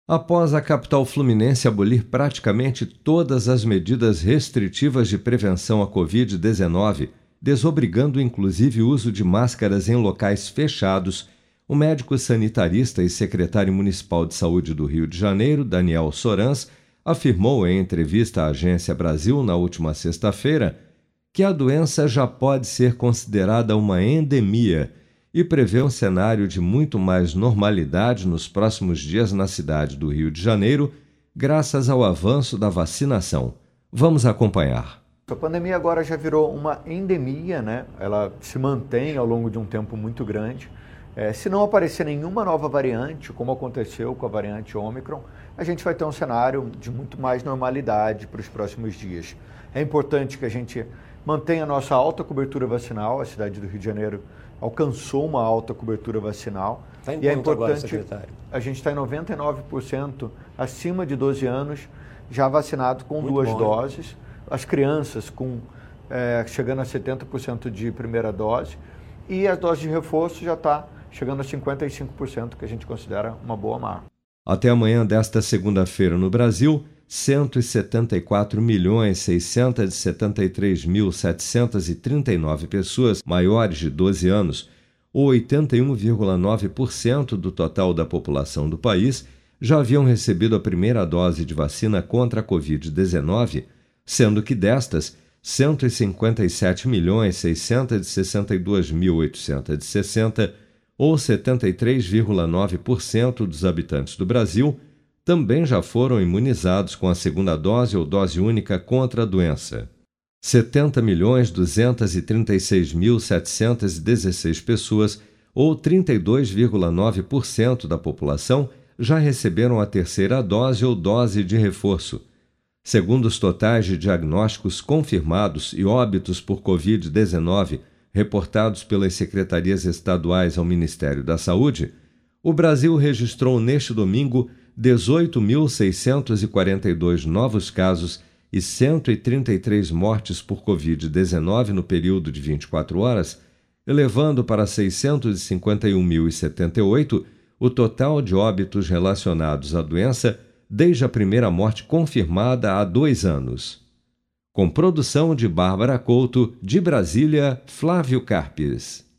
Após a capital fluminense abolir praticamente todas as medidas restritivas de prevenção à Covid-19, desobrigando inclusive o uso de máscaras em locais fechados, o médico sanitarista e secretário municipal de saúde do Rio de Janeiro, Daniel Sorans, afirmou em entrevista à Agência Brasil na última sexta-feira que a doença já pode ser considerada uma endemia e prevê um cenário de muito mais normalidade nos próximos dias na cidade do Rio de Janeiro, graças ao avanço da vacinação. Vamos acompanhar. A pandemia agora já virou uma endemia, né? Ela se mantém ao longo de um tempo muito grande. Se não aparecer nenhuma nova variante, como aconteceu com a variante Ômicron, a gente vai ter um cenário de muito mais normalidade para os próximos dias. É importante que a gente mantenha a nossa alta cobertura vacinal. A cidade do Rio de Janeiro alcançou uma alta cobertura vacinal. E é importante, agora, a gente está em 99% acima de 12 anos, já vacinado com muito 2 bom, doses. Né? As crianças chegando a 70% de primeira dose e as doses de reforço já está chegando a 55%, que a gente considera uma boa marca. Até amanhã desta segunda-feira no Brasil, 174.673.739 pessoas maiores de 12 anos, ou 81,9% do total da população do país, já haviam recebido a primeira dose de vacina contra a Covid-19, sendo que destas, 157.662.860, ou 73,9% dos habitantes do Brasil, também já foram imunizados com a segunda dose ou dose única contra a doença. 70.236.716 pessoas, ou 32,9% da população, já receberam a terceira dose ou dose de reforço. Segundo os totais de diagnósticos confirmados e óbitos por Covid-19 reportados pelas secretarias estaduais ao Ministério da Saúde, o Brasil registrou neste domingo 18.642 novos casos e 133 mortes por Covid-19 no período de 24 horas, elevando para 651.078 o total de óbitos relacionados à doença desde a primeira morte confirmada há 2 anos. Com produção de Bárbara Couto, de Brasília, Flávio Carpes.